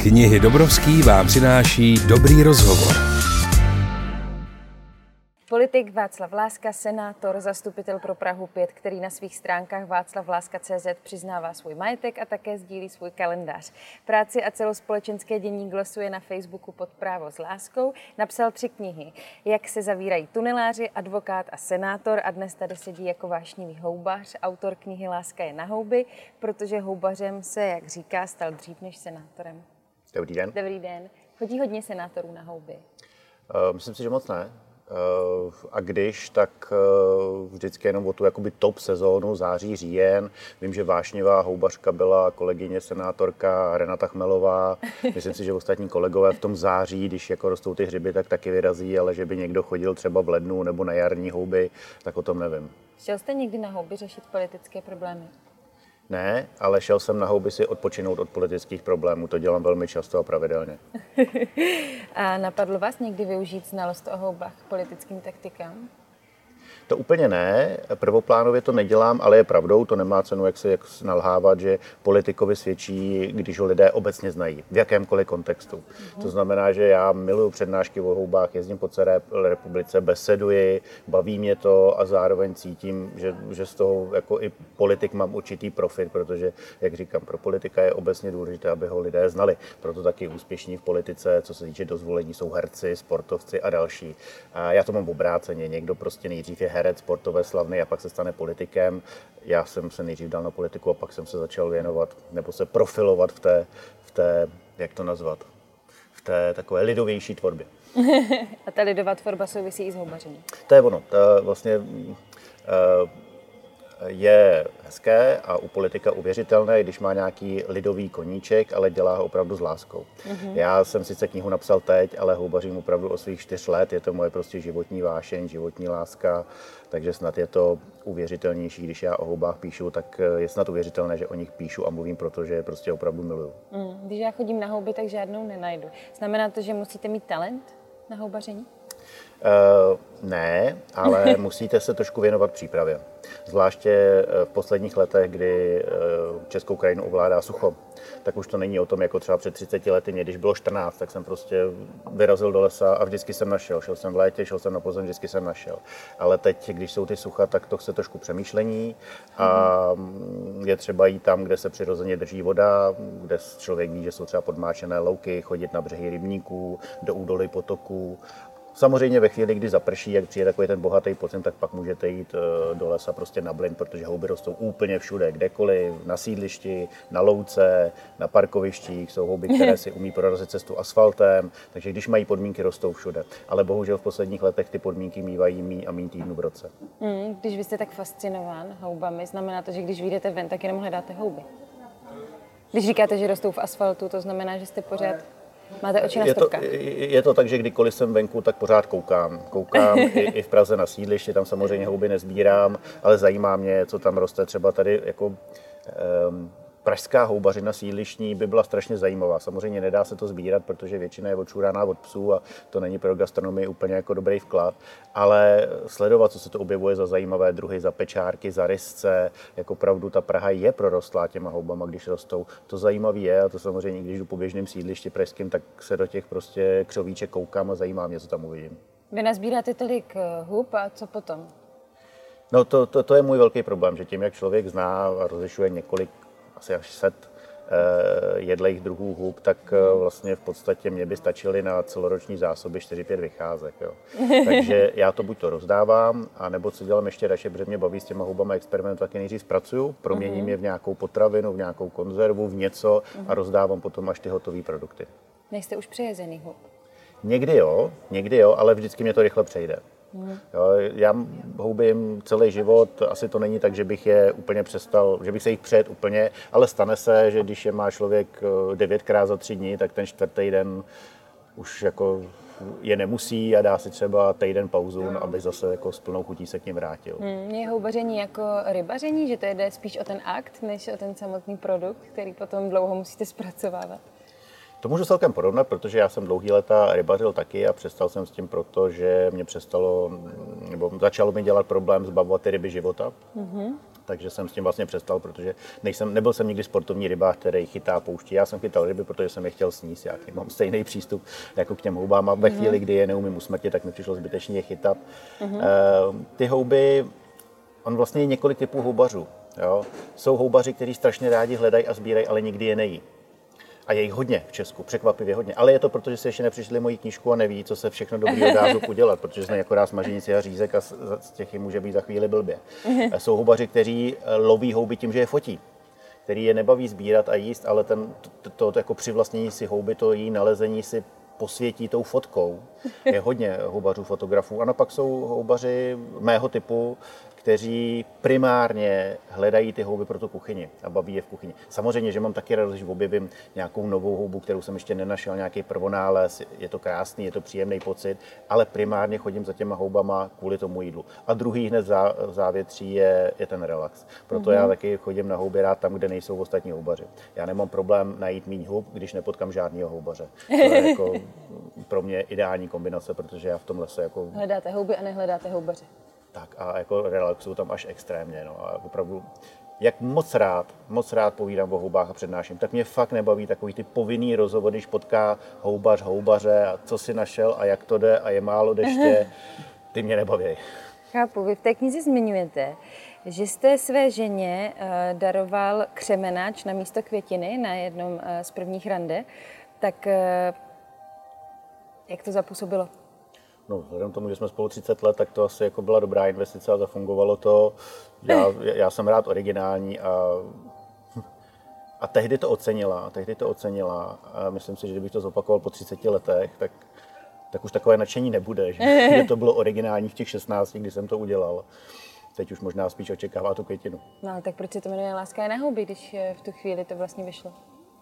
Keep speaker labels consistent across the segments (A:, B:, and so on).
A: Knihy Dobrovský vám přináší dobrý rozhovor.
B: Politik Václav Láska, senátor, zastupitel pro Prahu 5, který na svých stránkách václavláska.cz přiznává svůj majetek a také sdílí svůj kalendář. Práci a celospolečenské dění glosuje na Facebooku pod Právo s láskou, napsal 3 knihy. Jak se zavírají tuneláři, advokát a senátor, a dnes tady sedí jako vášnivý houbař, autor knihy Láska je na houby, protože houbařem se, jak říká, stal dřív než senátorem.
C: Dobrý den.
B: Dobrý den. Chodí hodně senátorů na houby?
C: Myslím si, že moc ne. A když, tak vždycky jenom o tu jakoby top sezónu, září, říjen. Vím, že vášnivá houbařka byla kolegyně senátorka Renata Chmelová. Myslím si, že ostatní kolegové v tom září, když jako rostou ty hřiby, tak taky vyrazí, ale že by někdo chodil třeba v lednu nebo na jarní houby, tak o tom nevím.
B: Šel jste někdy na houby řešit politické problémy?
C: Ne, ale šel jsem na houby si odpočinout od politických problémů. To dělám velmi často a pravidelně.
B: A napadlo vás někdy využít znalost o houbách k politickým taktikám?
C: To úplně ne, prvoplánově to nedělám, ale je pravdou, to nemá cenu jak nalhávat, že politikovi svědčí, když ho lidé obecně znají, v jakémkoliv kontextu. To znamená, že já miluji přednášky o houbách, jezdím po celé republice, beseduji, baví mě to a zároveň cítím, že z toho jako i politik mám určitý profit, protože, jak říkám, pro politika je obecně důležité, aby ho lidé znali. Proto taky úspěšní v politice, co se týče dozvolení, jsou herci, sportovci a další. A já to mám obráceně, někdo prostě nejdřív je herec, sportové slavný a pak se stane politikem. Já jsem se nejdřív dal na politiku a pak jsem se začal věnovat nebo se profilovat v té jak to nazvat, v té takové lidovější tvorbě.
B: A ta lidová tvorba souvisí i s houbařením.
C: To je ono. To vlastně je hezké a u politika uvěřitelné, když má nějaký lidový koníček, ale dělá ho opravdu s láskou. Já jsem sice knihu napsal teď, ale houbařím opravdu od svých 4 let. Je to moje prostě životní vášeň, životní láska, takže snad je to uvěřitelnější. Když já o houbách píšu, tak je snad uvěřitelné, že o nich píšu a mluvím, protože je prostě opravdu miluju.
B: Když já chodím na houby, tak žádnou nenajdu. Znamená to, že musíte mít talent na houbaření?
C: Ne, ale musíte se trošku věnovat přípravě. Zvláště v posledních letech, kdy českou krajinu ovládá sucho, tak už to není o tom, jako třeba před 30 lety, mě když bylo 14, tak jsem prostě vyrazil do lesa a vždycky jsem našel. Šel jsem v létě, šel jsem na podzim, vždycky jsem našel. Ale teď, když jsou ty sucha, tak to chce trošku přemýšlení a je třeba jít tam, kde se přirozeně drží voda, kde člověk ví, že jsou třeba podmáčené louky, chodit na břehy rybníků, do údolí potoků. Samozřejmě ve chvíli, kdy zaprší, jak přijde takový ten bohatý podzim, tak pak můžete jít do lesa prostě na blin, protože houby rostou úplně všude, kdekoliv, na sídlišti, na louce, na parkovištích, jsou houby, které si umí prorazit cestu asfaltem, takže když mají podmínky, rostou všude. Ale bohužel v posledních letech ty podmínky mívají míň a míň týdnů v roce.
B: Když vy jste tak fascinován houbami, znamená to, že když vyjdete ven, tak jenom hledáte houby? Když říkáte, že rostou v asfaltu, to znamená, že jste pořád... Máte oči na stovkách.
C: Je to tak, že kdykoliv jsem venku, tak pořád koukám. Koukám i v Praze na sídliště, tam samozřejmě houby nezbírám, ale zajímá mě, co tam roste. Třeba tady jako pražská houbařina sídlištní by byla strašně zajímavá. Samozřejmě nedá se to sbírat, protože většina je odčůraná od psů a to není pro gastronomii úplně jako dobrý vklad, ale sledovat, co se to objevuje za zajímavé druhy, za pečárky, za rysce, jako opravdu ta Praha je prorostlá těma houbama, když rostou. To zajímavé je a to samozřejmě, když jdu po běžném sídlišti pražským, tak se do těch prostě křovíček koukám a zajímá mě, co tam uvidím.
B: Vy nazbíráte tolik hub a co potom?
C: No to je můj velký problém, že tím, jak člověk zná a rozlišuje několik asi až 100 jedlejch druhů hub, tak vlastně v podstatě mě by stačily na celoroční zásoby 4-5 vycházek. Jo. Takže já to buď to rozdávám, anebo co dělám ještě radši, protože mě baví s těma hubama experimentovat, taky nejdřív zpracuju, proměním je v nějakou potravinu, v nějakou konzervu, v něco a rozdávám potom až ty hotové produkty.
B: Nejste už přejezený hub?
C: Někdy jo, ale vždycky mě to rychle přejde. Jo, já houby jim celý život, asi to není tak, že bych je úplně přestal, že bych se jich přejet úplně, ale stane se, že když je má člověk 9krát za 3 dny, tak ten 4. den už jako je nemusí a dá si třeba týden pauzu, aby zase jako s plnou chutí se k nim vrátil.
B: Je houbaření jako rybaření, že to jde spíš o ten akt, než o ten samotný produkt, který potom dlouho musíte zpracovávat?
C: To můžu celkem porovnat, protože já jsem dlouhý léta rybařil taky a přestal jsem s tím, protože mě začalo mi dělat problém zbavovat ty ryby života. takže jsem s tím vlastně přestal, protože nebyl jsem nikdy sportovní rybář, který chytá pouští. Já jsem chytal ryby, protože jsem je chtěl sníst. Já mám stejný přístup jako k těm houbám a ve chvíli, kdy je neumím usmrtit, tak mi přišlo zbytečně je chytat. Ty houby, on vlastně je několik typů houbařů. Jo? Jsou houbaři, kteří strašně rádi hledají a sbírají, ale nikdy je nejí. A je jich hodně v Česku, překvapivě hodně. Ale je to proto, že si ještě nepřišli moji knížku a neví, co se všechno dobrýho dá udělat, protože jsme akorát smaženici a řízek a z těch jim může být za chvíli blbě. Jsou houbaři, kteří loví houby tím, že je fotí, který je nebaví sbírat a jíst, ale to jako přivlastnění si houby, to její nalezení si posvětí tou fotkou. Je hodně houbařů, fotografů. A napak jsou houbaři mého typu, kteří primárně hledají ty houby pro tu kuchyni a baví je v kuchyni. Samozřejmě, že mám taky radost, když objevím nějakou novou houbu, kterou jsem ještě nenašel, nějaký prvonález, je to krásný, je to příjemný pocit, ale primárně chodím za těma houbama kvůli tomu jídlu. A druhý hned v závětří je ten relax. Proto já taky chodím na houby rád tam, kde nejsou ostatní houbaři. Já nemám problém najít míň hub, když nepotkám žádného houbaře. To je jako pro mě ideální kombinace, protože já v tom lese jako...
B: Hledáte houby a nehledáte houbaře.
C: Tak a jako relaxuju tam až extrémně. No. A opravdu, jak moc rád povídám o houbách a přednáším, tak mě fakt nebaví takový ty povinný rozhovor, když potká houbaře a co si našel a jak to jde a je málo deště, ty mě nebaví.
B: Chápu, vy v té knize zmiňujete, že jste své ženě daroval křemenáč na místo květiny na jednom z prvních rande, tak jak to zapůsobilo?
C: No, vzhledem k tomu, že jsme spolu 30 let, tak to asi jako byla dobrá investice a zafungovalo to. Já jsem rád originální a tehdy to ocenila. A myslím si, že kdybych to zopakoval po 30 letech, tak už takové nadšení nebude, že to bylo originální v těch 16, kdy jsem to udělal. Teď už možná spíš očekává tu květinu.
B: No, ale tak proč se to jmenuje Láska je na houby, když v tu chvíli to vlastně vyšlo?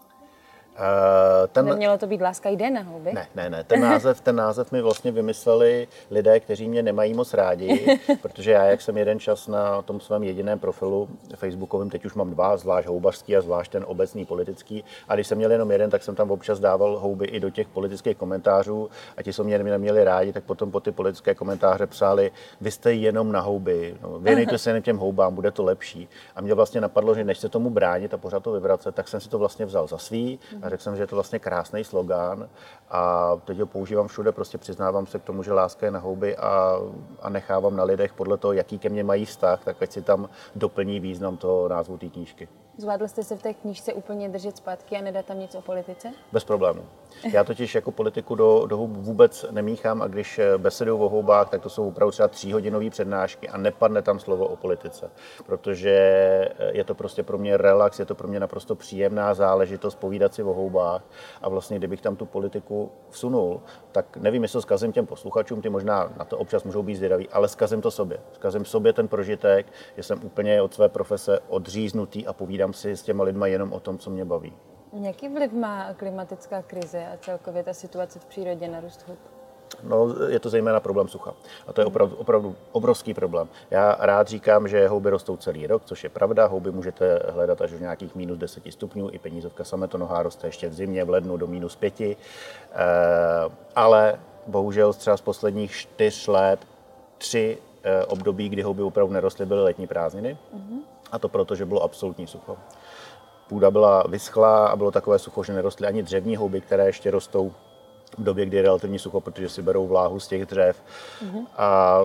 B: Nemělo to být Láska jde na houby?
C: Ne. Ten název mi vlastně vymysleli lidé, kteří mě nemají moc rádi, protože já, jak jsem jeden čas na tom svém jediném profilu facebookovém, teď už mám dva, zvlášť houbařský a zvlášť ten obecný politický. A když jsem měl jenom jeden, tak jsem tam občas dával houby i do těch politických komentářů a ti, co mě neměli rádi, tak potom po ty politické komentáře psali, vy jste jenom na houby, no, věnujte se jen těm houbám, bude to lepší. A mě vlastně napadlo, že než se tomu bránit a pořád to vyvracet, tak jsem si to vlastně vzal za svý. A řekl jsem, že je to vlastně krásný slogán a teď ho používám všude, prostě přiznávám se k tomu, že láska je na houby a nechávám na lidech podle toho, jaký ke mně mají vztah, tak ať si tam doplní význam toho názvu té knížky.
B: Zvládl jste se v té knížce úplně držet zpátky a nedat tam nic o politice?
C: Bez problémů. Já totiž jako politiku do hub vůbec nemíchám a když beseduju o houbách, tak to jsou opravdu třeba 3hodinové přednášky a nepadne tam slovo o politice, protože je to prostě pro mě relax, je to pro mě naprosto příjemná záležitost povídat si o houbách a vlastně kdybych tam tu politiku vsunul, tak nevím, jestli to zkazím těm posluchačům, ty možná na to občas můžou být zvědaví, ale zkazím to sobě. Zkazím sobě ten prožitek, že jsem úplně od své profese odříznutý a povídám si s těma lidma jenom o tom, co mě baví.
B: Jaký vliv má klimatická krize a celkově ta situace v přírodě na růst hub?
C: No, je to zejména problém sucha. A to je opravdu obrovský problém. Já rád říkám, že houby rostou celý rok, což je pravda. Houby můžete hledat až do nějakých minus 10 stupňů. I penízovka sametonohá roste ještě v zimě, v lednu do minus 5. Ale bohužel třeba z posledních 4 let 3 období, kdy houby opravdu nerostly, byly letní prázdniny. A to proto, že bylo absolutní sucho. Půda byla vyschlá a bylo takové sucho, že nerostly ani dřevní houby, které ještě rostou v době, kdy je relativní sucho, protože si berou vláhu z těch dřev. A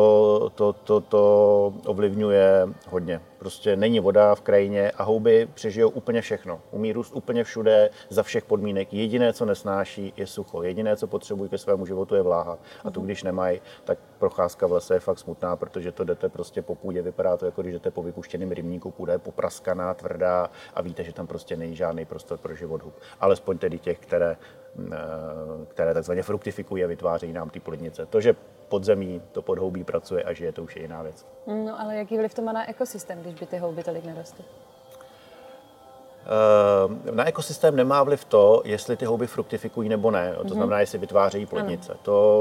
C: to ovlivňuje hodně. Prostě není voda v krajině a houby přežijou úplně všechno. Umí růst úplně všude, za všech podmínek. Jediné, co nesnáší, je sucho. Jediné, co potřebují ke svému životu, je vláha. A tu, když nemají, tak procházka v lese je fakt smutná, protože to jdete prostě po půdě. Vypadá to, jako když jdete po vypuštěném rybníku. Půda je popraskaná, tvrdá a víte, že tam prostě není žádný prostor pro život hub. Alespoň tedy těch, které takzvaně fruktifikují a vytvářejí nám ty plodnice. To, že podzemí to podhoubí pracuje a žije, to už je jiná věc.
B: No ale jaký vliv to má na ekosystém, když by ty houby tolik nerostly?
C: Na ekosystém nemá vliv to, jestli ty houby fruktifikují nebo ne. To znamená, jestli vytvářejí plodnice.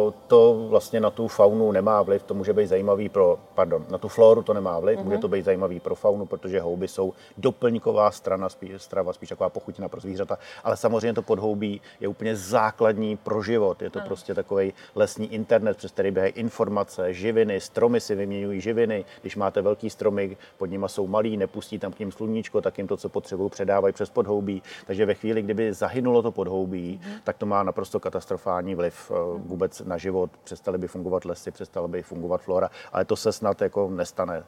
C: To vlastně na tu faunu nemá vliv, to může být zajímavý na tu floru to nemá vliv, může to být zajímavý pro faunu, protože houby jsou doplňková strava, spíš taková pochutina pro zvířata, ale samozřejmě to podhoubí je úplně základní pro život. Je to prostě takový lesní internet, přes který běhají informace, živiny, stromy si vyměňují živiny. Když máte velký stromy, pod nima jsou malý, nepustí tam k nim sluníčko, tak jim to, co potřebují, předávají přes podhoubí. Takže ve chvíli, kdyby zahynulo to podhoubí, tak to má naprosto katastrofální vliv vůbec na život. Přestaly by fungovat lesy, přestala by fungovat flora, ale to se snad jako nestane.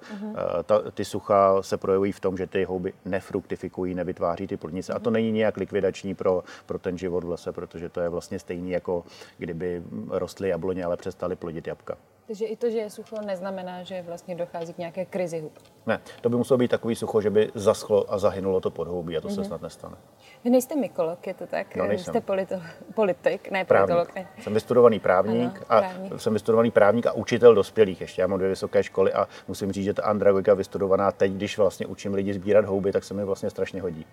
C: Ty sucha se projevují v tom, že ty houby nefruktifikují, nevytváří ty plodnice a to není nějak likvidační pro ten život v lese, protože to je vlastně stejný, jako kdyby rostly jabloně, ale přestaly plodit jabka.
B: Takže i to, že je sucho, neznamená, že vlastně dochází k nějaké krizi hub.
C: Ne, to by muselo být takový sucho, že by zaschlo a zahynulo to podhoubí a to se snad nestane.
B: Vy nejste mykolog, je to tak?
C: No, nejsem.
B: Jste politik, ne
C: Právník.
B: politolog. Ne.
C: Jsem vystudovaný právník, jsem vystudovaný právník a učitel dospělých ještě. Já mám 2 vysoké školy a musím říct, že ta andragogika vystudovaná teď, když vlastně učím lidi sbírat houby, tak se mi vlastně strašně hodí.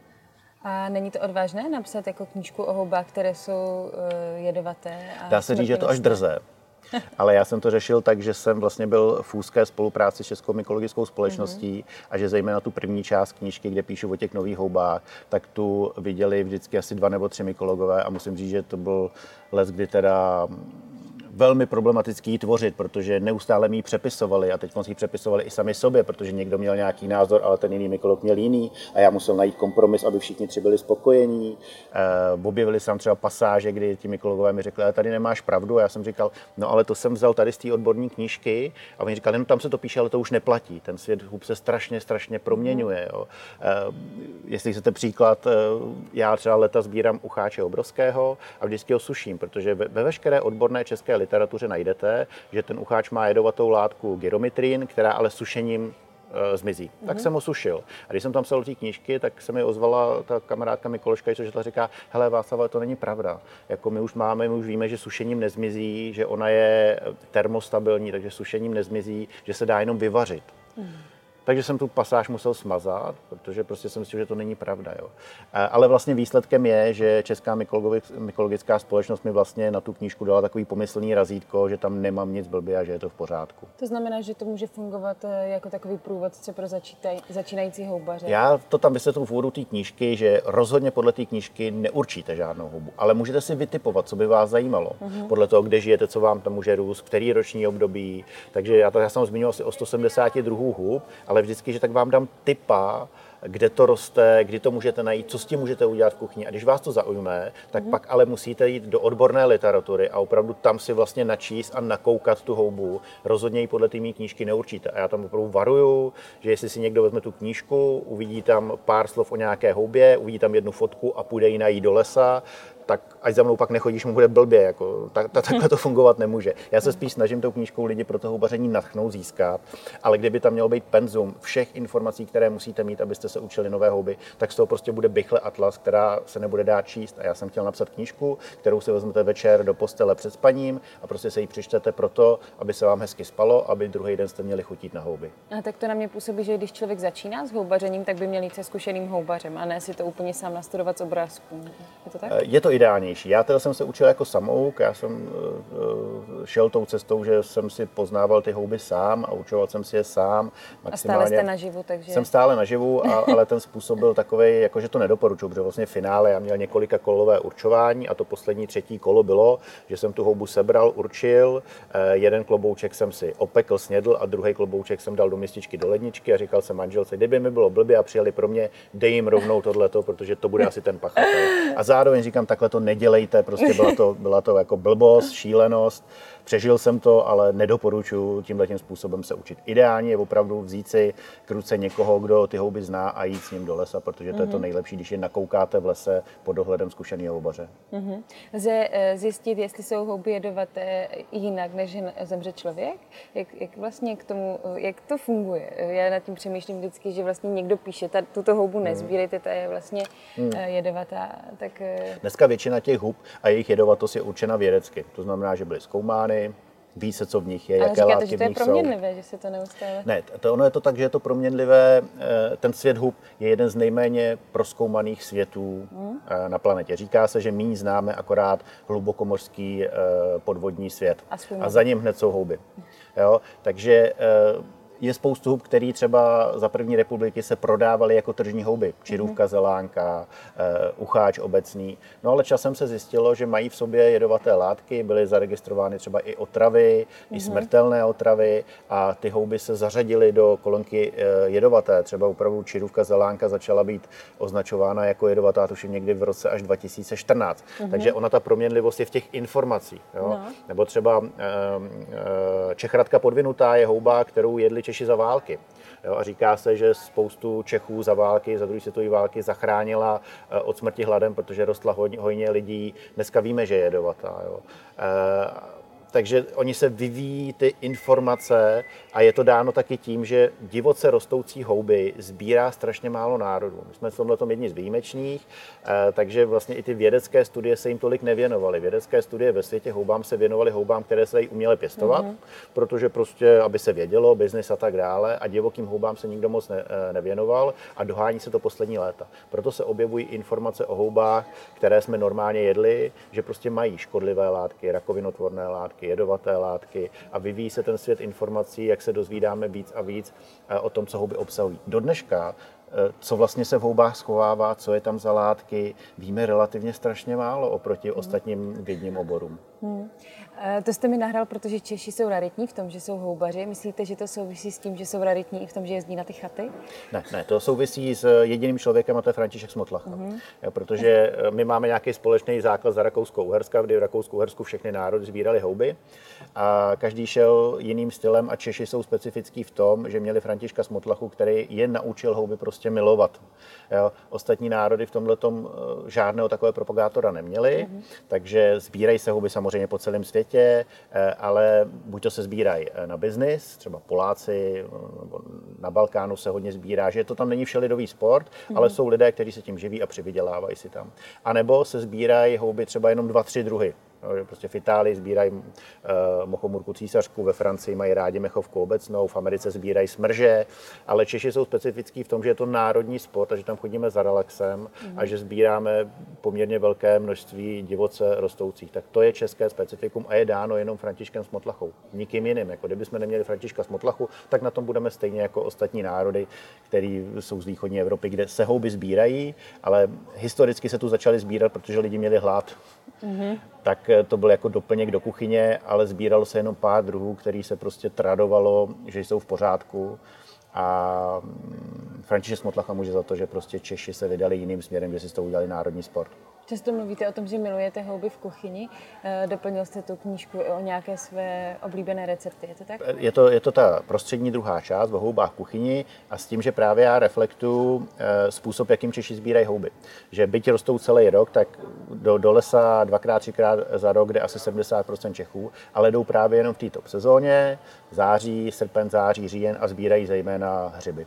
B: A není to odvážné napsat jako knížku o houbách, které jsou jedovaté?
C: Dá se říct, že je to až drzé. Ale já jsem to řešil tak, že jsem vlastně byl v úzké spolupráci s Českou mykologickou společností a že zejména tu první část knížky, kde píšu o těch nových houbách, tak tu viděli vždycky asi 2 nebo 3 mykologové a musím říct, že to byl les, kdy teda velmi problematický tvořit, protože neustále mi ji přepisovali a teď si ji přepisovali i sami sobě, protože někdo měl nějaký názor, ale ten jiný mykolog měl jiný a já musel najít kompromis, aby všichni 3 byli spokojení. Objevili se tam třeba pasáže, kdy ti mykologové mi řekli, ale tady nemáš pravdu a já jsem říkal, no ale to jsem vzal tady z té odborní knížky a oni říkali, no tam se to píše, ale to už neplatí. Ten svět hub se strašně proměňuje. Jo. Jestli chcete příklad, já třeba leta sbírám ucháče obrovského a vždycky ho suším, protože ve veškeré odborné české literatuře najdete, že ten ucháč má jedovatou látku gyrometrin, která ale sušením zmizí. Tak jsem ho sušil. A když jsem tam psal do té knížky, tak se mi ozvala ta kamarádka mykoložka, což říká, hele Václav, to není pravda. Jako my už víme, že sušením nezmizí, že ona je termostabilní, takže sušením nezmizí, že se dá jenom vyvařit. Takže jsem tu pasáž musel smazat, protože prostě jsem myslel, že to není pravda. Jo. Ale vlastně výsledkem je, že Česká mykologická společnost mi vlastně na tu knížku dala takový pomyslný razítko, že tam nemám nic blbě a že je to v pořádku.
B: To znamená, že to může fungovat jako takový průvodce pro začínající houbaře?
C: Já to tam vysvětluji v úvodu té knížky, že rozhodně podle té knížky neurčíte žádnou houbu, ale můžete si vytipovat, co by vás zajímalo. Podle toho, kde žijete, co vám tam může růst, který roční období. Takže já jsem zmiňoval asi o 170 druhů hub, ale vždycky, že tak vám dám tipa, kde to roste, kdy to můžete najít, co s tím můžete udělat v kuchyni. A když vás to zaujme, tak pak ale musíte jít do odborné literatury a opravdu tam si vlastně načíst a nakoukat tu houbu. Rozhodně ji podle té mý knížky neurčíte. A já tam opravdu varuju, že jestli si někdo vezme tu knížku, uvidí tam pár slov o nějaké houbě, uvidí tam 1 fotku a půjde ji najít do lesa, tak ať za mnou pak nechodíš, mu bude blbě. Jako, takhle to fungovat nemůže. Já se spíš snažím tou knížkou lidi pro to houbaření nadchnout, získat, ale kdyby tam mělo být penzum všech informací, které musíte mít, abyste se učili nové houby, tak z toho prostě bude bychle atlas, která se nebude dát číst. A já jsem chtěl napsat knížku, kterou si vezmete večer do postele před spaním a prostě se ji přečtete proto, aby se vám hezky spalo, aby druhý den jste měli chutit na houby.
B: A tak to na mě působí, že když člověk začíná s houbařením, tak by měl jít se zkušeným houbařem a ne si to úplně sám nastudovat z obrázků. Je to tak?
C: Je to ideálnější. Já teda jsem se učil jako samouk, já jsem šel tou cestou, že jsem si poznával ty houby sám a učoval jsem si je sám.
B: A stále jste naživu, takže...
C: Jsem stále naživu, ale ten způsob byl takový, jako že to nedoporučuji, protože vlastně v finále já měl několika kolové určování a to poslední 3. kolo bylo, že jsem tu houbu sebral, určil, 1 klobouček jsem si opekl, snědl a 2. klobouček jsem dal do mističky do ledničky a říkal jsem manželce, kdyby mi bylo blbě a přijeli pro mě, dej jim rovnou tohleto, protože to bude asi ten pachatel. A zároveň říkám, takhle to nedělejte, prostě byla to jako blbost, šílenost. Přežil jsem to, ale nedoporučuji tímhletím způsobem se učit. Ideálně je opravdu vzít si k ruce někoho, kdo ty houby zná a jít s ním do lesa, protože to je to nejlepší, když je nakoukáte v lese pod dohledem zkušeného houbaře.
B: Lze zjistit, jestli jsou houby jedovaté jinak, než zemře člověk? Jak vlastně k tomu, jak to funguje? Já nad tím přemýšlím vždycky, že vlastně někdo píše, tuto houbu nezbírejte, ta je vlastně jedovatá. Tak...
C: Dneska většina těch hub a jejich jedovatost je určena vědecky. To znamená, že byly zkoumány, ví se, co v nich je,
B: ale
C: jaké
B: říkáte,
C: látky
B: že
C: v
B: to je
C: nich jsou.
B: proměnlivé, že se to neustále...
C: Ne, ono je to tak, že je to proměnlivé. Ten svět hub je jeden z nejméně prozkoumaných světů na planetě. Říká se, že míň známe akorát hlubokomořský podvodní svět. A za ním hned jsou houby. Jo? Takže je spoustu hub, který třeba za první republiky se prodávaly jako tržní houby. Čirůvka, zelánka, ucháč obecný. No ale časem se zjistilo, že mají v sobě jedovaté látky, byly zaregistrovány třeba i otravy, i smrtelné otravy a ty houby se zařadily do kolonky jedovaté. Třeba opravdu čirůvka, zelánka začala být označována jako jedovatá tuším někdy v roce až 2014. Takže ona ta proměnlivost je v těch informacích. Jo? No. Nebo třeba čechratka podvinutá je houba, kterou jedli Češi za války. Jo, a říká se, že spoustu Čechů za války, za druhé světové války zachránila od smrti hladem, protože rostla hojně lidí. Dneska víme, že je jedovatá. Jo. Takže oni se vyvíjí ty informace a je to dáno taky tím, že divoce rostoucí houby sbírá strašně málo národů. My jsme v tomhletom jedni z výjimečných, takže vlastně i ty vědecké studie se jim tolik nevěnovaly. Vědecké studie ve světě houbám se věnovaly houbám, které se dají uměle pěstovat, protože prostě, aby se vědělo, biznis a tak dále, a divokým houbám se nikdo moc nevěnoval a dohání se to poslední léta. Proto se objevují informace o houbách, které jsme normálně jedli, že prostě mají škodlivé látky, rakovinotvorné látky, jedovaté látky a vyvíjí se ten svět informací, jak se dozvídáme víc a víc o tom, co houby obsahují. Do dneška, co vlastně se v houbách schovává, co je tam za látky, víme relativně strašně málo oproti ostatním vědním oborům.
B: To jste mi nahrál, protože Češi jsou raritní v tom, že jsou houbaři. Myslíte, že to souvisí s tím, že jsou raritní i v tom, že jezdí na ty chaty?
C: Ne, to souvisí s jediným člověkem a to je František Smotlacha. Protože my máme nějaký společný základ za Rakousko-Uherska, kdy v Rakousku-Uhersku všechny národy sbírali houby a každý šel jiným stylem a Češi jsou specifický v tom, že měli Františka Smotlachu, který je naučil houby prostě milovat. Jo? Ostatní národy v tomhletom žádného takového propagátora neměli, takže sbírají se houby samozřejmě po celém světě, ale buď to se sbírají na biznis, třeba Poláci, nebo na Balkánu se hodně sbírá, že to tam není všelidový sport, ale jsou lidé, kteří se tím živí a přivydělávají si tam. A nebo se sbírají houby třeba jenom 2-3 druhy. Prostě v Itálii sbírají mochomurku císařku, ve Francii mají rádi mechovku obecnou, v Americe sbírají smrže, ale Češi jsou specifický v tom, že je to národní sport a že tam chodíme za relaxem a že sbíráme poměrně velké množství divoce rostoucích. Tak to je české specifikum a je dáno jenom Františkem Smotlachou, nikým jiným. Jako kdybychom neměli Františka Smotlachu, tak na tom budeme stejně jako ostatní národy, které jsou z východní Evropy, kde se houby sbírají, ale historicky se tu začaly sbírat, protože lidi měli hlad. Tak to byl jako doplněk do kuchyně, ale sbíralo se jenom pár druhů, který se prostě tradovalo, že jsou v pořádku. A František Smotlacha může za to, že prostě Češi se vydali jiným směrem, že si z toho udělali národní sport.
B: Často mluvíte o tom, že milujete houby v kuchyni. Doplnil jste tu knížku o nějaké své oblíbené recepty, je to tak?
C: Je to ta prostřední druhá část o houbách v kuchyni a s tím, že právě já reflektuju způsob, jakým Češi sbírají houby. Že byť rostou celý rok, tak do lesa 2x, 3x za rok jde asi 70% Čechů, ale jdou právě jenom v té top sezóně, září, srpen, září, říjen a sbírají zejména hřiby.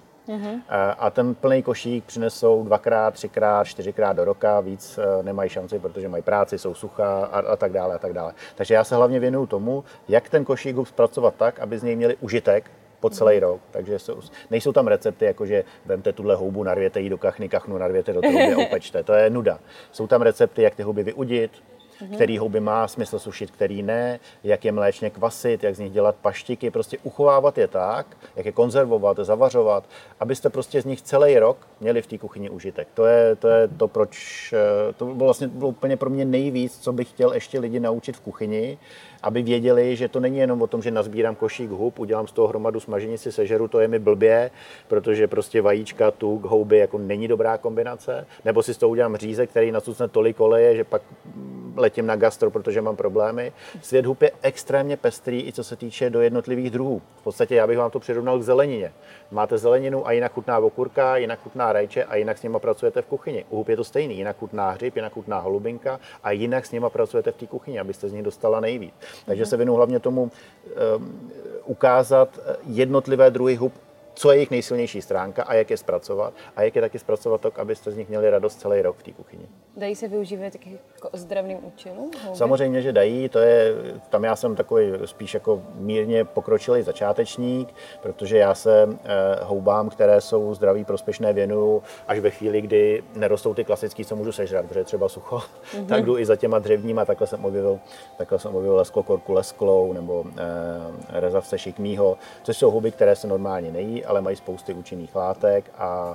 C: A ten plný košík přinesou 2x, 3x, 4x do roka, víc nemají šanci, protože mají práci, jsou suchá a tak dále a tak dále. Takže já se hlavně věnuju tomu, jak ten košík hub zpracovat tak, aby z něj měli užitek po celý rok. Takže nejsou tam recepty, jako že vemte tuhle houbu, narvěte ji do kachnu narvěte do trouby a upečte. To je nuda. Jsou tam recepty, jak ty houby vyudit, který houby má smysl sušit, který ne, jak je mléčně kvasit, jak z nich dělat paštiky, prostě uchovávat je tak, jak je konzervovat, zavařovat, abyste prostě z nich celý rok měli v té kuchyni užitek. To je to, proč, to bylo úplně pro mě nejvíc, co bych chtěl ještě lidi naučit v kuchyni, aby věděli, že to není jenom o tom, že nazbírám košík hub, udělám z toho hromadu smaženici, sežeru, to je mi blbě, protože prostě vajíčka, tuk, houby jako není dobrá kombinace, nebo si z toho udělám řízek, který nacucne tolik oleje, že pak letím na gastro, protože mám problémy. Svět hub je extrémně pestrý, i co se týče do jednotlivých druhů. V podstatě já bych vám to přirovnal k zelenině. Máte zeleninu a jinak chutná okurka, jinak chutná rajče a jinak s nima pracujete v kuchyni. U hub je to stejný, jinak chutná hřib, jinak chutná holubinka a jinak s nima pracujete v té kuchyni, abyste z nich dostala nejvíc. Takže se věnuju hlavně tomu ukázat jednotlivé druhy hub co je jejich nejsilnější stránka a jak je zpracovat. A jak je taky zpracovat tak, abyste z nich měli radost celý rok v té kuchyni.
B: Dají se využívat taky jako ozdravným účelům?
C: Samozřejmě, že dají. Tam já jsem takový spíš jako mírně pokročilý začátečník, protože já se houbám, které jsou zdraví, prospěšné, věnuju až ve chvíli, kdy nerostou ty klasický, co můžu sežrat, protože je třeba sucho, tak jdu i za těma dřevníma. Takhle jsem objevil lesklokorku lesklou nebo rezavce šikmýho, což jsou houby, které se normálně nejí, ale mají spousty účinných látek a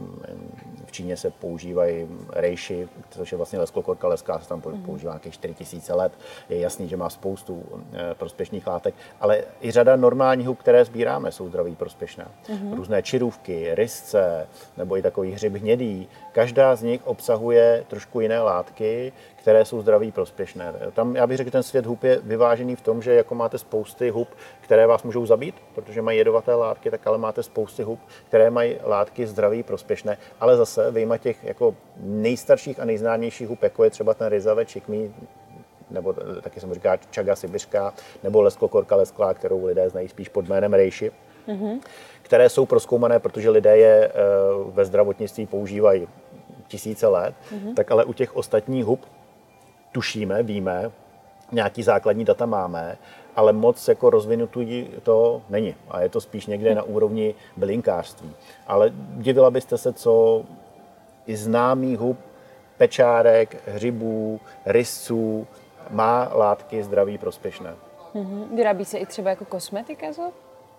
C: v Číně se používají reishi, což je vlastně lesklokorka lesklá, se tam používá nějakých 4000 let. Je jasný, že má spoustu prospěšných látek, ale i řada normálních hub, které sbíráme, jsou zdraví prospěšné. Různé čirůvky, rysce nebo i takový hřib hnědý. Každá z nich obsahuje trošku jiné látky, které jsou zdraví prospěšné. Tam já bych řekl, že ten svět hub je vyvážený v tom, že jako máte spousty hub, které vás můžou zabít, protože mají jedovaté látky, tak ale máte spousty hub, které mají látky zdraví prospěšné. Ale zase vyjma těch jako nejstarších a nejznámějších hub, jako je třeba ten ryzavec šikmý, nebo taky se mu říká čaga sibiřská, nebo lesklokorka lesklá, kterou lidé znají spíš pod jménem reishi, které jsou prozkoumané, protože lidé je ve zdravotnictví používají tisíce let, tak ale u těch ostatních hub tušíme, víme, nějaký základní data máme, ale moc jako rozvinutý to není. A je to spíš někde na úrovni bylinkářství. Ale divila byste se, co i známý hub, pečárek, hřibů, rysců má látky zdraví prospěšné.
B: Vyrábí se i třeba jako kosmetika z hub?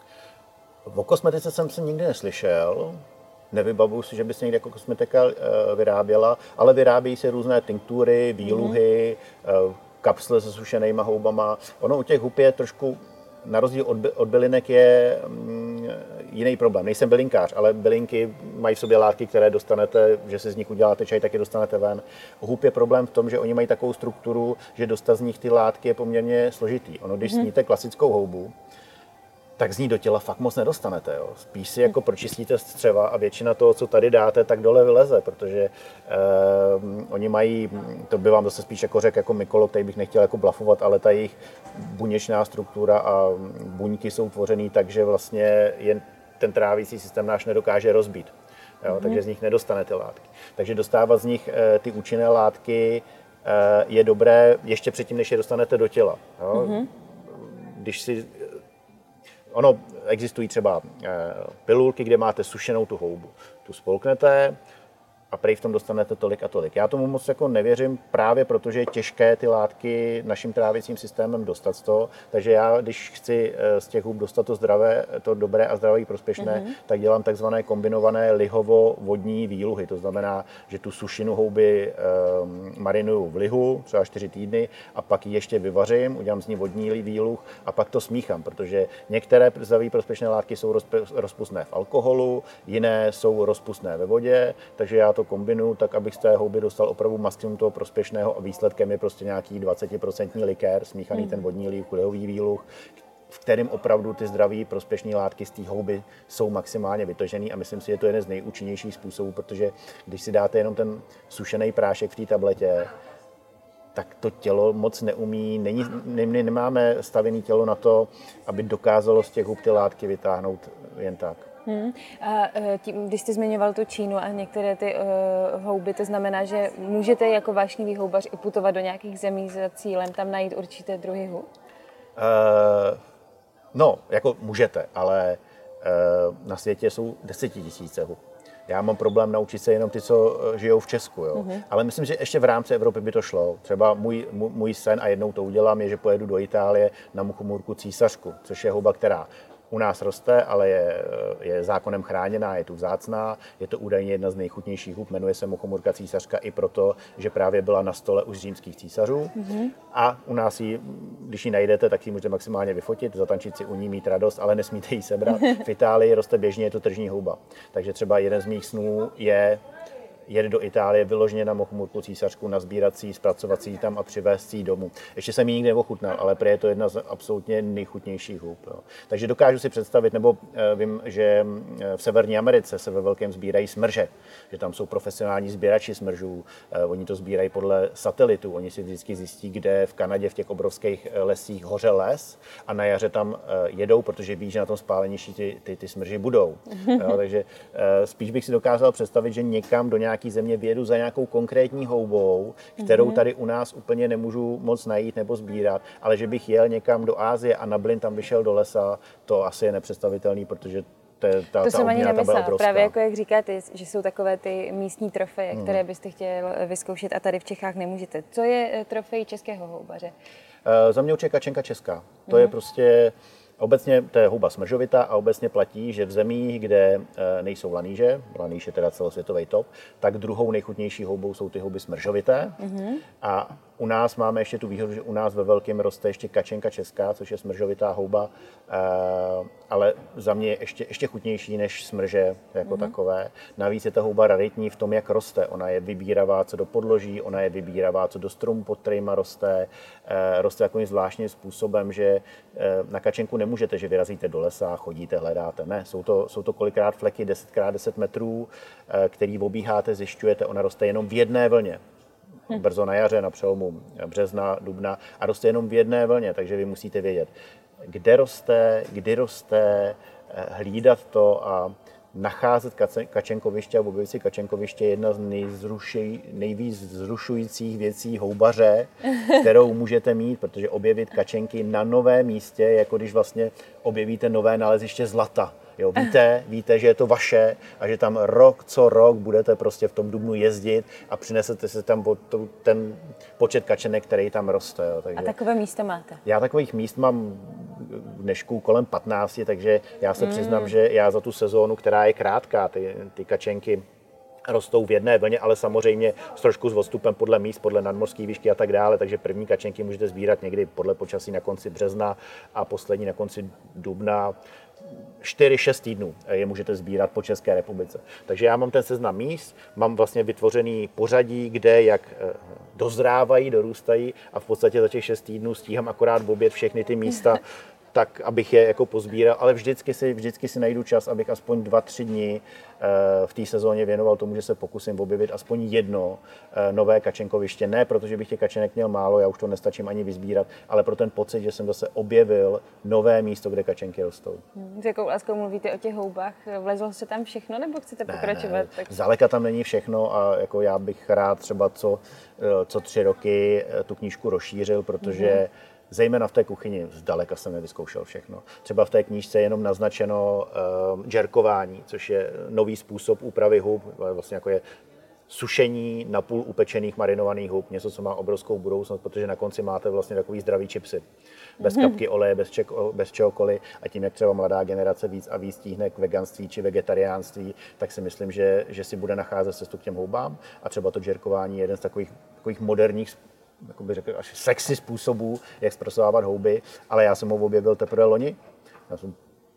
C: O kosmetice jsem se nikdy neslyšel. Nevybavuju si, že by se někde jako kosmetika vyráběla, ale vyrábějí se různé tinktury, výluhy, kapsle se sušenýma houbama. Ono u těch hub je trošku, na rozdíl od bylinek, je jiný problém. Nejsem bylinkář, ale bylinky mají v sobě látky, které dostanete, že si z nich uděláte čaj, tak je dostanete ven. U hub je problém v tom, že oni mají takovou strukturu, že dostat z nich ty látky je poměrně složitý. Ono, když sníte klasickou houbu, tak z ní do těla fakt moc nedostanete. Jo. Spíš si jako pročistíte střeva a většina toho, co tady dáte, tak dole vyleze, protože oni mají, to by vám zase spíš jako řekl jako mykolog, který bych nechtěl jako blafovat, ale ta jejich buněčná struktura a buňky jsou tvořený tak, že vlastně jen ten trávící systém náš nedokáže rozbít. Jo, takže z nich nedostanete látky. Takže dostávat z nich ty účinné látky je dobré ještě předtím, než je dostanete do těla. Jo. Když si Ono existují třeba pilulky, kde máte sušenou tu houbu. Tu spolknete a prej v tom dostanete tolik a tolik. Já tomu moc jako nevěřím právě protože je těžké ty látky naším trávicím systémem dostat z toho. Takže já, když chci z těch hub dostat to zdravé, to dobré a zdravé prospěšné, tak dělám takzvané kombinované lihovo-vodní výluhy. To znamená, že tu sušinu houby marinuju v lihu třeba 4 týdny a pak ji ještě vyvařím, udělám z ní vodní výluh a pak to smíchám, protože některé zdravé prospěšné látky jsou rozpustné v alkoholu, jiné jsou rozpustné ve vodě, takže já to kombinuju tak, abych z té houby dostal opravdu maximum toho prospěšného a výsledkem je prostě nějaký 20% likér, smíchaný ten vodní líh, lihový výluh, v kterém opravdu ty zdraví prospěšné látky z té houby jsou maximálně vytažený a myslím si, že to je jeden z nejúčinnějších způsobů, protože když si dáte jenom ten sušený prášek v té tabletě, tak to tělo moc neumí, nemáme stavěné tělo na to, aby dokázalo z těch hub ty látky vytáhnout jen tak.
B: A tím, když jste zmiňoval tu Čínu a některé ty houby, to znamená, že můžete jako vášnivý houbař i putovat do nějakých zemí za cílem tam najít určité druhy hub?
C: No, jako můžete, ale na světě jsou 10 000 hub. Já mám problém naučit se jenom ty, co žijou v Česku, jo. Ale myslím, že ještě v rámci Evropy by to šlo. Třeba můj sen, a jednou to udělám, je, že pojedu do Itálie na muchomůrku císařku, což je houba, která u nás roste, ale je zákonem chráněná, je tu vzácná, je to údajně jedna z nejchutnějších hub, jmenuje se muchomůrka císařka i proto, že právě byla na stole už římských císařů. A u nás ji, když ji najdete, tak ji můžete maximálně vyfotit, zatančit si u ní, mít radost, ale nesmíte ji sebrat. V Itálii roste běžně, je to tržní houba. Takže třeba jeden z mých snů je jet do Itálie vyloženě na Mochumurku císařku, nazbírat si, zpracovat si ji tam a přivést si ji domů. Ještě jsem ji nikdy neochutnal, ale prý je to jedna z absolutně nejchutnějších hub. Jo. Takže dokážu si představit, nebo vím, že v Severní Americe se ve velkém sbírají smrže, že tam jsou profesionální sběrači smržů, oni to sbírají podle satelitu, oni si vždycky zjistí, kde v Kanadě v těch obrovských lesích hořel les a na jaře tam jedou, protože ví, že na tom spáleništi ty smrži budou. Jo, takže spíš bych si dokázal představit, že někam do nějaké země vyjedu za nějakou konkrétní houbou, kterou tady u nás úplně nemůžu moc najít nebo sbírat, ale že bych jel někam do Asie a na blin tam vyšel do lesa, to asi je nepředstavitelný, protože
B: to jsem ani nemyslela, právě jako jak říkáte, že jsou takové ty místní trofeje, které byste chtěl vyzkoušet a tady v Čechách nemůžete. Co je trofej českého houbaře?
C: Za mě určitě kačenka česká. To je prostě, obecně to je houba smržovitá a obecně platí, že v zemích, kde nejsou lanýže, lanýž je teda celosvětový top, tak druhou nejchutnější houbou jsou ty houby smržovité. A u nás máme ještě tu výhodu, že u nás ve velkém roste ještě kačenka česká, což je smržovitá houba, ale za mě je ještě chutnější než smrže jako takové. Navíc je ta houba raritní v tom, jak roste. Ona je vybíravá co do podloží, ona je vybíravá co do stromů, pod kterýma roste. Roste takovým zvláštním způsobem, že na kačenku nemůžete, že vyrazíte do lesa, chodíte, hledáte. Ne, jsou to kolikrát fleky 10x10 metrů, který obíháte, zjišťujete, ona roste jenom v jedné vlně. Brzo na jaře, na přelomu března, dubna a roste jenom v jedné vlně, takže vy musíte vědět, kde roste, kdy roste, hlídat to a nacházet kačenkoviště a objevit si kačenkoviště je jedna z nejvíc vzrušujících věcí houbaře, kterou můžete mít, protože objevit kačenky na novém místě, jako když vlastně objevíte nové naleziště zlata. Jo, víte, že je to vaše a že tam rok co rok budete prostě v tom dubnu jezdit a přinesete si tam ten počet kačenek, který tam roste. Jo, takže... A
B: takové místo máte?
C: Já takových míst mám dnešku kolem 15, takže já se přiznám, že já za tu sezónu, která je krátká, ty kačenky rostou v jedné vlně, ale samozřejmě s trošku s odstupem podle míst, podle nadmořské výšky a tak dále, takže první kačenky můžete sbírat někdy podle počasí na konci března a poslední na konci dubna. 4-6 týdnů je můžete sbírat po České republice. Takže já mám ten seznam míst, mám vlastně vytvořený pořadí, kde jak dozrávají, dorůstají a v podstatě za těch 6 týdnů stíhám akorát objet všechny ty místa, tak abych je jako pozbíral, ale vždycky si najdu čas, abych aspoň 2-3 dny v té sezóně věnoval tomu, že se pokusím objevit aspoň jedno nové kačenkoviště. Ne, protože bych těch kačenek měl málo, já už to nestačím ani vysbírat, ale pro ten pocit, že jsem zase objevil nové místo, kde kačenky rostou.
B: S jakou láskou mluvíte o těch houbách? Vlezlo se tam všechno, nebo chcete pokračovat? Ne.
C: Tak... Zdaleka tam není všechno a jako já bych rád třeba co 3 roky tu knížku rozšířil, protože zejména v té kuchyni zdaleka jsem nevyzkoušel všechno. Třeba v té knížce je jenom naznačeno džerkování, což je nový způsob úpravy hub, vlastně jako je sušení napůl upečených marinovaných hub, něco, co má obrovskou budoucnost, protože na konci máte vlastně takový zdravý chipsy. Bez kapky oleje, bez čehokoliv a tím, jak třeba mladá generace víc a víc tíhne k veganství či vegetariánství, tak si myslím, že si bude nacházet cestu k těm houbám a třeba to džerkování je jeden z takových moderních jako bych řekl, až sexy způsobů, jak zpracovávat houby, ale já jsem ho objevil teprve loni. Já jsem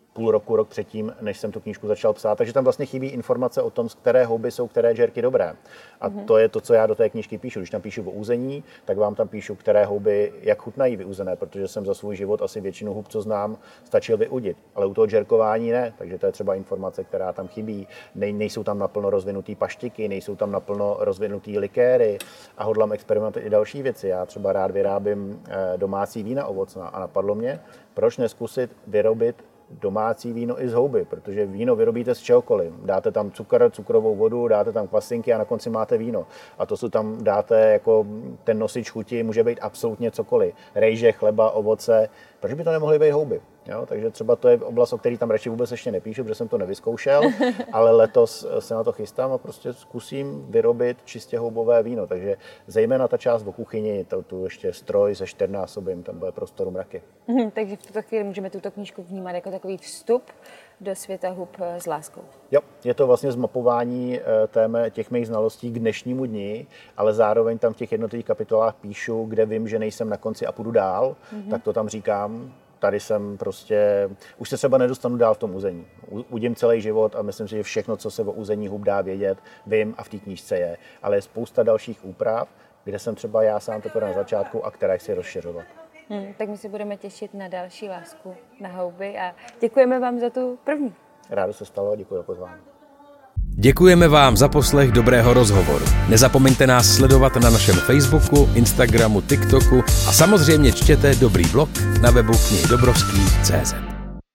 C: rok předtím, než jsem tu knížku začal psát, takže tam vlastně chybí informace o tom, z které houby jsou které džerky dobré. A to je to, co já do té knížky píšu. Když tam píšu o úzení, tak vám tam píšu, které houby jak chutnají vyuzené, protože jsem za svůj život asi většinu hub, co znám, stačil vyudit. Ale u toho džerkování ne, takže to je třeba informace, která tam chybí. Nejsou tam naplno rozvinutý paštiky, nejsou tam naplno rozvinutý likéry a hodlám experimentovat i další věci. Já třeba rád vyrábím domácí vína ovocná a napadlo mě, proč neskusit vyrobit domácí víno i z houby, protože víno vyrobíte z čehokoliv. Dáte tam cukr, cukrovou vodu, dáte tam kvasinky a na konci máte víno. A to, co tam dáte jako ten nosič chuti, může být absolutně cokoliv. Rejže, chleba, ovoce. Proč by to nemohly být houby? Jo, takže třeba to je oblast, o který tam radši vůbec ještě nepíšu, protože jsem to nevyzkoušel, ale letos se na to chystám a prostě zkusím vyrobit čistě houbové víno. Takže zejména ta část o kuchyni, tu ještě stroj se 4násobím, tam bude prostoru mraky.
B: Takže v tuto chvíli můžeme tuto knížku vnímat jako takový vstup do světa hub s láskou.
C: Jo, je to vlastně zmapování těch mých znalostí k dnešnímu dni, ale zároveň tam v těch jednotlivých kapitolách píšu, kde vím, že nejsem na konci a půjdu dál, tak to tam říkám. tady jsem prostě, už se třeba nedostanu dál v tom uzení. Udím celý život a myslím si, že všechno, co se o uzení hub dá vědět, vím a v té knížce je. Ale je spousta dalších úprav, kde jsem třeba já sám teprve na začátku a které chci rozšiřovat.
B: Tak my si budeme těšit na další lásku na houby a děkujeme vám za tu první.
C: Rádo se stalo a děkuji za pozvání.
A: Děkujeme vám za poslech dobrého rozhovoru. Nezapomeňte nás sledovat na našem Facebooku, Instagramu, TikToku a samozřejmě čtěte Dobrý blog na webu knihydobrovský.cz.